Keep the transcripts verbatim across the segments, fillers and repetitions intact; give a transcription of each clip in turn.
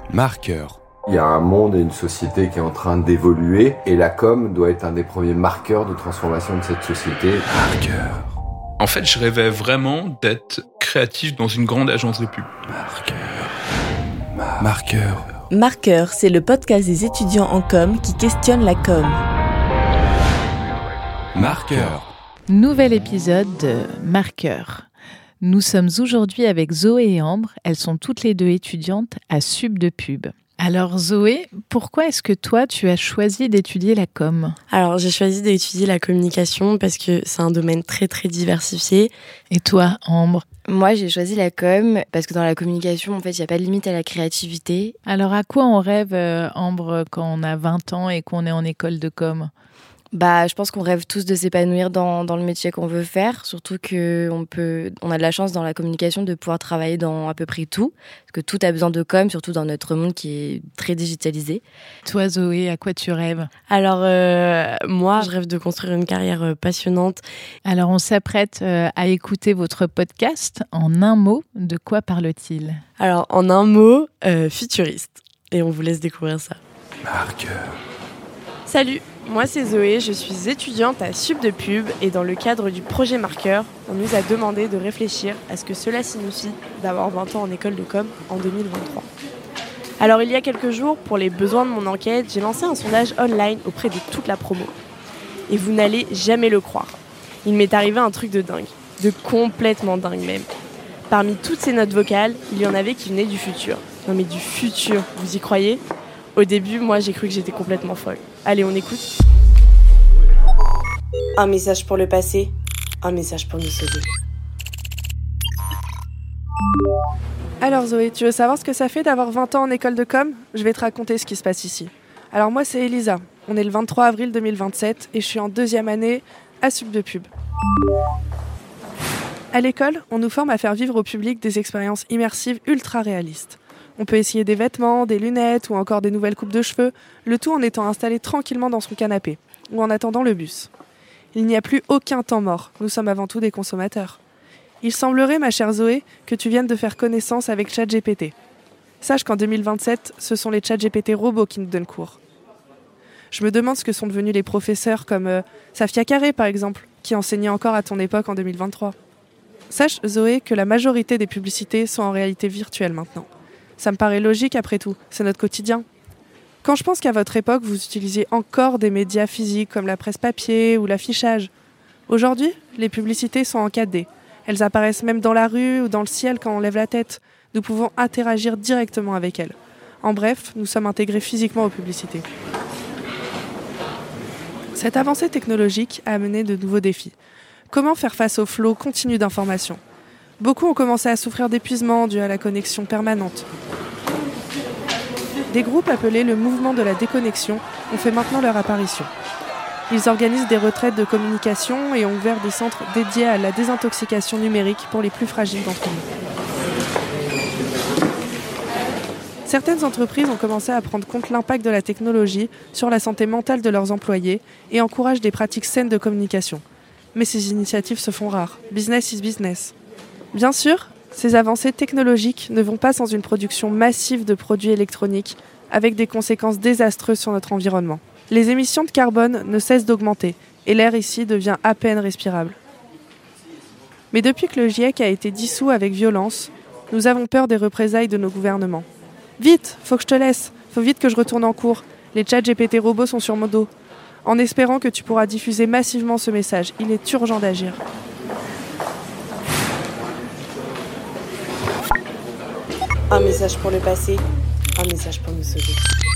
Marqueur. Il y a un monde et une société qui est en train d'évoluer et la com doit être un des premiers marqueurs de transformation de cette société. Marqueur. En fait, je rêvais vraiment d'être créatif dans une grande agence de pub. Marqueur. Mar- Marqueur. Marqueur, c'est le podcast des étudiants en com qui questionne la com. Marqueur. Nouvel épisode de Marqueur. Nous sommes aujourd'hui avec Zoé et Ambre. Elles sont toutes les deux étudiantes à Sub de Pub. Alors Zoé, pourquoi est-ce que toi, tu as choisi d'étudier la com ? Alors, j'ai choisi d'étudier la communication parce que c'est un domaine très, très diversifié. Et toi, Ambre ? Moi, j'ai choisi la com parce que dans la communication, en fait, il n'y a pas de limite à la créativité. Alors, à quoi on rêve, euh, Ambre, quand on a vingt ans et qu'on est en école de com ? Bah, je pense qu'on rêve tous de s'épanouir dans, dans le métier qu'on veut faire, surtout qu'on peut, on a de la chance dans la communication de pouvoir travailler dans à peu près tout, parce que tout a besoin de com, surtout dans notre monde qui est très digitalisé. Toi, Zoé, à quoi tu rêves ? Alors, euh, moi, je rêve de construire une carrière euh, passionnante. Alors, on s'apprête euh, à écouter votre podcast. En un mot, de quoi parle-t-il ? Alors, en un mot, euh, futuriste. Et on vous laisse découvrir ça. Marqueur. Salut, moi c'est Zoé, je suis étudiante à Sub de Pub et dans le cadre du projet Marqueur, on nous a demandé de réfléchir à ce que cela signifie d'avoir vingt ans en école de com en deux mille vingt-trois. Alors il y a quelques jours, pour les besoins de mon enquête, j'ai lancé un sondage online auprès de toute la promo. Et vous n'allez jamais le croire. Il m'est arrivé un truc de dingue, de complètement dingue même. Parmi toutes ces notes vocales, il y en avait qui venaient du futur. Non mais du futur, vous y croyez ? Au début, moi j'ai cru que j'étais complètement folle. Allez, on écoute. Un message pour le passé, un message pour nous sauver. Alors Zoé, tu veux savoir ce que ça fait d'avoir vingt ans en école de com ? Je vais te raconter ce qui se passe ici. Alors moi c'est Elisa, on est le vingt-trois avril deux mille vingt-sept et je suis en deuxième année à Sub de Pub. À l'école, on nous forme à faire vivre au public des expériences immersives ultra réalistes. On peut essayer des vêtements, des lunettes ou encore des nouvelles coupes de cheveux, le tout en étant installé tranquillement dans son canapé ou en attendant le bus. Il n'y a plus aucun temps mort, nous sommes avant tout des consommateurs. Il semblerait, ma chère Zoé, que tu viennes de faire connaissance avec ChatGPT. Sache qu'en deux mille vingt-sept, ce sont les ChatGPT robots qui nous donnent cours. Je me demande ce que sont devenus les professeurs comme euh, Safia Carré par exemple, qui enseignait encore à ton époque en deux mille vingt-trois. Sache, Zoé, que la majorité des publicités sont en réalité virtuelles maintenant. Ça me paraît logique après tout, c'est notre quotidien. Quand je pense qu'à votre époque, vous utilisiez encore des médias physiques comme la presse papier ou l'affichage. Aujourd'hui, les publicités sont en quatre D. Elles apparaissent même dans la rue ou dans le ciel quand on lève la tête. Nous pouvons interagir directement avec elles. En bref, nous sommes intégrés physiquement aux publicités. Cette avancée technologique a amené de nouveaux défis. Comment faire face au flot continu d'informations ? Beaucoup ont commencé à souffrir d'épuisement dû à la connexion permanente. Des groupes appelés le mouvement de la déconnexion ont fait maintenant leur apparition. Ils organisent des retraites de communication et ont ouvert des centres dédiés à la désintoxication numérique pour les plus fragiles d'entre nous. Certaines entreprises ont commencé à prendre compte l'impact de la technologie sur la santé mentale de leurs employés et encouragent des pratiques saines de communication. Mais ces initiatives se font rares. Business is business. Bien sûr, ces avancées technologiques ne vont pas sans une production massive de produits électroniques, avec des conséquences désastreuses sur notre environnement. Les émissions de carbone ne cessent d'augmenter, et l'air ici devient à peine respirable. Mais depuis que le GIEC a été dissous avec violence, nous avons peur des représailles de nos gouvernements. Vite, faut que je te laisse, faut vite que je retourne en cours. Les ChatGPT robots sont sur mon dos. En espérant que tu pourras diffuser massivement ce message, il est urgent d'agir. Un message pour le passé, un message pour nous sauver.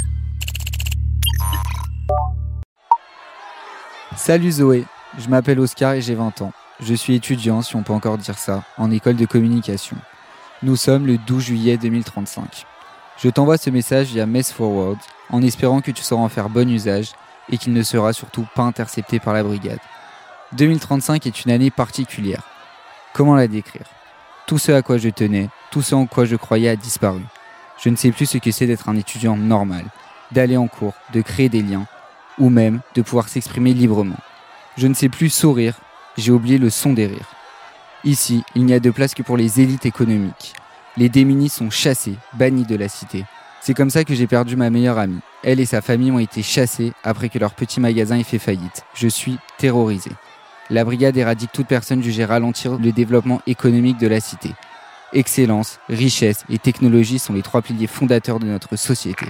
Salut Zoé, je m'appelle Oscar et j'ai vingt ans. Je suis étudiant, si on peut encore dire ça, en école de communication. Nous sommes le douze juillet deux mille trente-cinq. Je t'envoie ce message via MessForward en espérant que tu sauras en faire bon usage et qu'il ne sera surtout pas intercepté par la brigade. deux mille trente-cinq est une année particulière. Comment la décrire ? Tout ce à quoi je tenais, tout ce en quoi je croyais a disparu. Je ne sais plus ce que c'est d'être un étudiant normal, d'aller en cours, de créer des liens, ou même de pouvoir s'exprimer librement. Je ne sais plus sourire, j'ai oublié le son des rires. Ici, il n'y a de place que pour les élites économiques. Les démunis sont chassés, bannis de la cité. C'est comme ça que j'ai perdu ma meilleure amie. Elle et sa famille ont été chassés après que leur petit magasin ait fait faillite. Je suis terrorisé. La brigade éradique toute personne jugée ralentir le développement économique de la cité. Excellence, richesse et technologie sont les trois piliers fondateurs de notre société.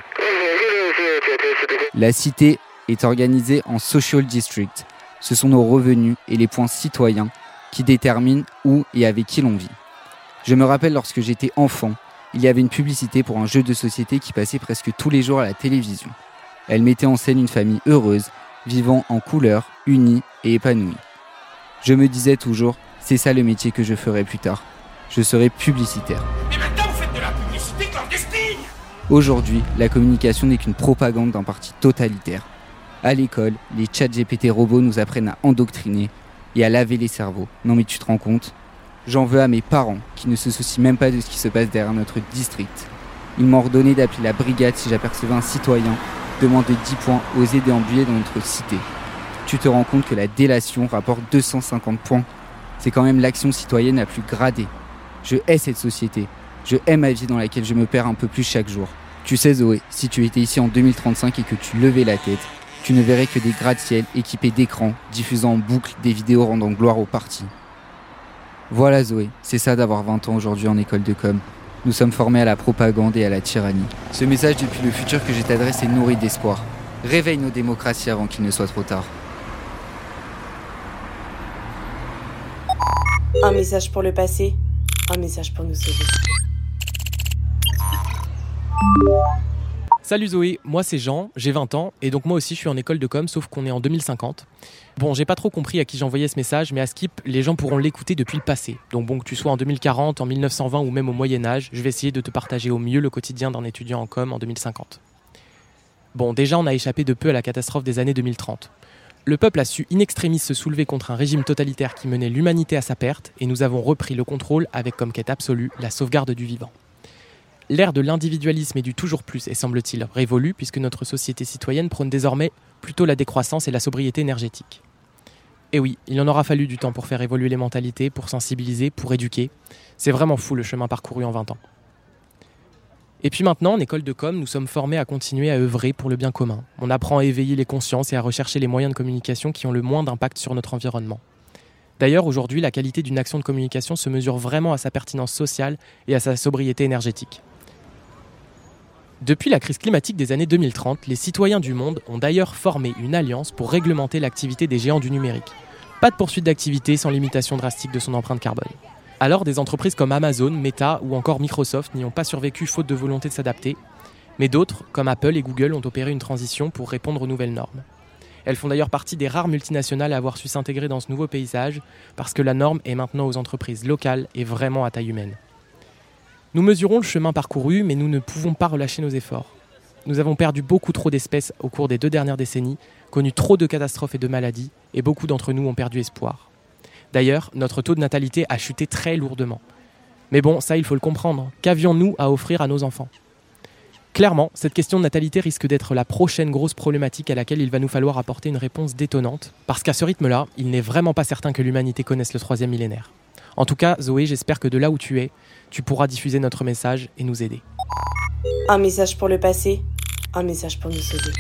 La cité est organisée en social districts. Ce sont nos revenus et les points citoyens qui déterminent où et avec qui l'on vit. Je me rappelle lorsque j'étais enfant, il y avait une publicité pour un jeu de société qui passait presque tous les jours à la télévision. Elle mettait en scène une famille heureuse, vivant en couleur, unie et épanouie. Je me disais toujours, c'est ça le métier que je ferai plus tard. Je serai publicitaire. Et maintenant vous faites de la publicité clandestine! Aujourd'hui, la communication n'est qu'une propagande d'un parti totalitaire. À l'école, les chats G P T robots nous apprennent à endoctriner et à laver les cerveaux. Non mais tu te rends compte ? J'en veux à mes parents qui ne se soucient même pas de ce qui se passe derrière notre district. Ils m'ont ordonné d'appeler la brigade si j'apercevais un citoyen demander dix points osé déambuler dans notre cité. Tu te rends compte que la délation rapporte deux cent cinquante points. C'est quand même l'action citoyenne la plus gradée. Je hais cette société. Je hais ma vie dans laquelle je me perds un peu plus chaque jour. Tu sais Zoé, si tu étais ici en deux mille trente-cinq et que tu levais la tête, tu ne verrais que des gratte-ciel équipés d'écrans, diffusant en boucle des vidéos rendant gloire au parti. Voilà Zoé, c'est ça d'avoir vingt ans aujourd'hui en école de com. Nous sommes formés à la propagande et à la tyrannie. Ce message depuis le futur que je t'adresse est nourri d'espoir. Réveille nos démocraties avant qu'il ne soit trop tard. Un message pour le passé, un message pour nous sauver. Salut Zoé, moi c'est Jean, j'ai vingt ans et donc moi aussi je suis en école de com sauf qu'on est en deux mille cinquante. Bon, j'ai pas trop compris à qui j'envoyais ce message mais à Skip, les gens pourront l'écouter depuis le passé. Donc bon, que tu sois en deux mille quarante, en mille neuf cent vingt ou même au Moyen-Âge, je vais essayer de te partager au mieux le quotidien d'un étudiant en com en deux mille cinquante. Bon, déjà on a échappé de peu à la catastrophe des années deux mille trente. Le peuple a su in extremis se soulever contre un régime totalitaire qui menait l'humanité à sa perte et nous avons repris le contrôle avec comme quête absolue la sauvegarde du vivant. L'ère de l'individualisme et du toujours plus est, semble-t-il, révolue puisque notre société citoyenne prône désormais plutôt la décroissance et la sobriété énergétique. Et oui, il en aura fallu du temps pour faire évoluer les mentalités, pour sensibiliser, pour éduquer. C'est vraiment fou le chemin parcouru en vingt ans. Et puis maintenant, en école de com, nous sommes formés à continuer à œuvrer pour le bien commun. On apprend à éveiller les consciences et à rechercher les moyens de communication qui ont le moins d'impact sur notre environnement. D'ailleurs, aujourd'hui, la qualité d'une action de communication se mesure vraiment à sa pertinence sociale et à sa sobriété énergétique. Depuis la crise climatique des années deux mille trente, les citoyens du monde ont d'ailleurs formé une alliance pour réglementer l'activité des géants du numérique. Pas de poursuite d'activité sans limitation drastique de son empreinte carbone. Alors, des entreprises comme Amazon, Meta ou encore Microsoft n'y ont pas survécu faute de volonté de s'adapter, mais d'autres, comme Apple et Google, ont opéré une transition pour répondre aux nouvelles normes. Elles font d'ailleurs partie des rares multinationales à avoir su s'intégrer dans ce nouveau paysage, parce que la norme est maintenant aux entreprises locales et vraiment à taille humaine. Nous mesurons le chemin parcouru, mais nous ne pouvons pas relâcher nos efforts. Nous avons perdu beaucoup trop d'espèces au cours des deux dernières décennies, connu trop de catastrophes et de maladies, et beaucoup d'entre nous ont perdu espoir. D'ailleurs, notre taux de natalité a chuté très lourdement. Mais bon, ça il faut le comprendre. Qu'avions-nous à offrir à nos enfants ? Clairement, cette question de natalité risque d'être la prochaine grosse problématique à laquelle il va nous falloir apporter une réponse détonnante, parce qu'à ce rythme-là, il n'est vraiment pas certain que l'humanité connaisse le troisième millénaire. En tout cas, Zoé, j'espère que de là où tu es, tu pourras diffuser notre message et nous aider. Un message pour le passé, un message pour nous sauver.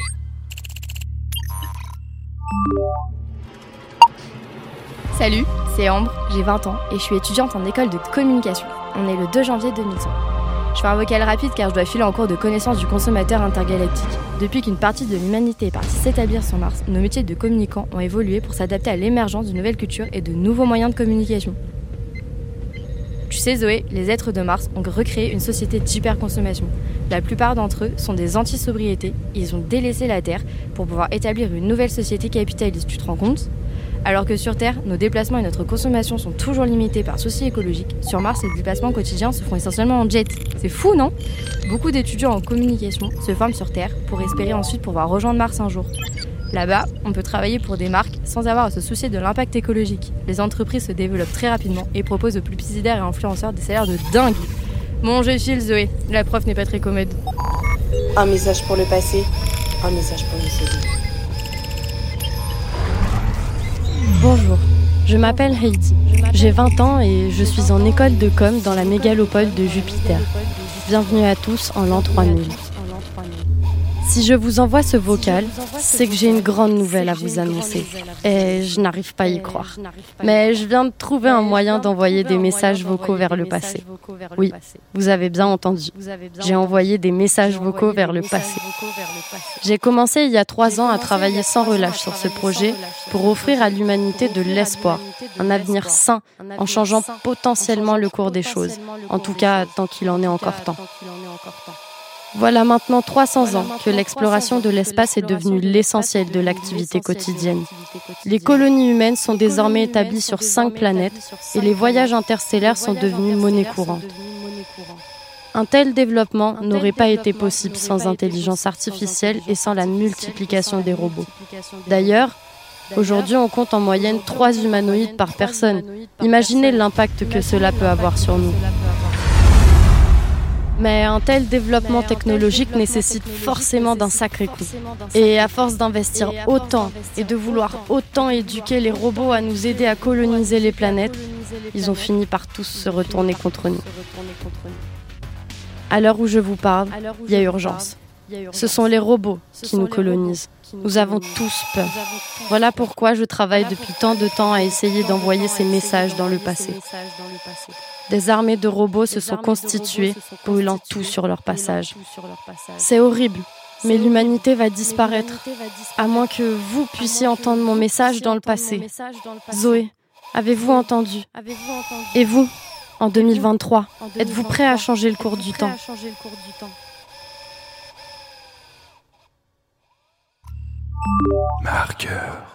Salut, c'est Ambre, j'ai vingt ans et je suis étudiante en école de communication. On est le deux janvier deux mille cent. Je fais un vocal rapide car je dois filer en cours de connaissance du consommateur intergalactique. Depuis qu'une partie de l'humanité est partie s'établir sur Mars, nos métiers de communicants ont évolué pour s'adapter à l'émergence d'une nouvelle culture et de nouveaux moyens de communication. Tu sais Zoé, les êtres de Mars ont recréé une société d'hyperconsommation. La plupart d'entre eux sont des anti-sobriétés, ils ont délaissé la Terre pour pouvoir établir une nouvelle société capitaliste, tu te rends compte ? Alors que sur Terre, nos déplacements et notre consommation sont toujours limités par soucis écologiques, sur Mars, les déplacements quotidiens se font essentiellement en jet. C'est fou, non ? Beaucoup d'étudiants en communication se forment sur Terre pour espérer ensuite pouvoir rejoindre Mars un jour. Là-bas, on peut travailler pour des marques sans avoir à se soucier de l'impact écologique. Les entreprises se développent très rapidement et proposent aux publicitaires et influenceurs des salaires de dingue. Bon, je file Zoé, la prof n'est pas très commode. Un message pour le passé, un message pour nous sauver. Bonjour, je m'appelle Heidi. J'ai vingt ans et je suis en école de com dans la mégalopole de Jupiter. Bienvenue à tous en l'an trois mille. Si je vous envoie ce vocal, c'est que j'ai une grande nouvelle à vous annoncer. Et je n'arrive pas à y croire. Mais je viens de trouver un moyen d'envoyer des messages vocaux vers le passé. Oui, vous avez bien entendu. J'ai envoyé des messages vocaux vers le passé. J'ai commencé il y a trois ans à travailler sans relâche sur ce projet pour offrir à l'humanité de l'espoir, un avenir sain, en changeant potentiellement le cours des choses. En tout cas, tant qu'il en est encore temps. Voilà maintenant trois cents ans que l'exploration de l'espace est devenue l'essentiel de l'activité quotidienne. Les colonies humaines sont désormais établies sur cinq planètes et les voyages interstellaires sont devenus monnaie courante. Un tel développement n'aurait pas été possible sans intelligence artificielle et sans la multiplication des robots. D'ailleurs, aujourd'hui, on compte en moyenne trois humanoïdes par personne. Imaginez l'impact que cela peut avoir sur nous. Mais un tel développement technologique nécessite forcément d'un sacré coup. Et à force d'investir autant et de vouloir autant éduquer les robots à nous aider à coloniser les planètes, ils ont fini par tous se retourner contre nous. À l'heure où je vous parle, il y a urgence. Ce sont les robots qui nous colonisent. Nous avons tous peur. Voilà pourquoi je travaille depuis tant de temps à essayer d'envoyer ces messages dans le passé. Des armées de robots se sont constituées, brûlant tout sur leur passage. C'est horrible, mais l'humanité va disparaître, à moins que vous puissiez entendre mon message dans le passé. Zoé, avez-vous entendu ? Et vous, en deux mille vingt-trois, êtes-vous prêt à changer le cours du temps ? Marqueur.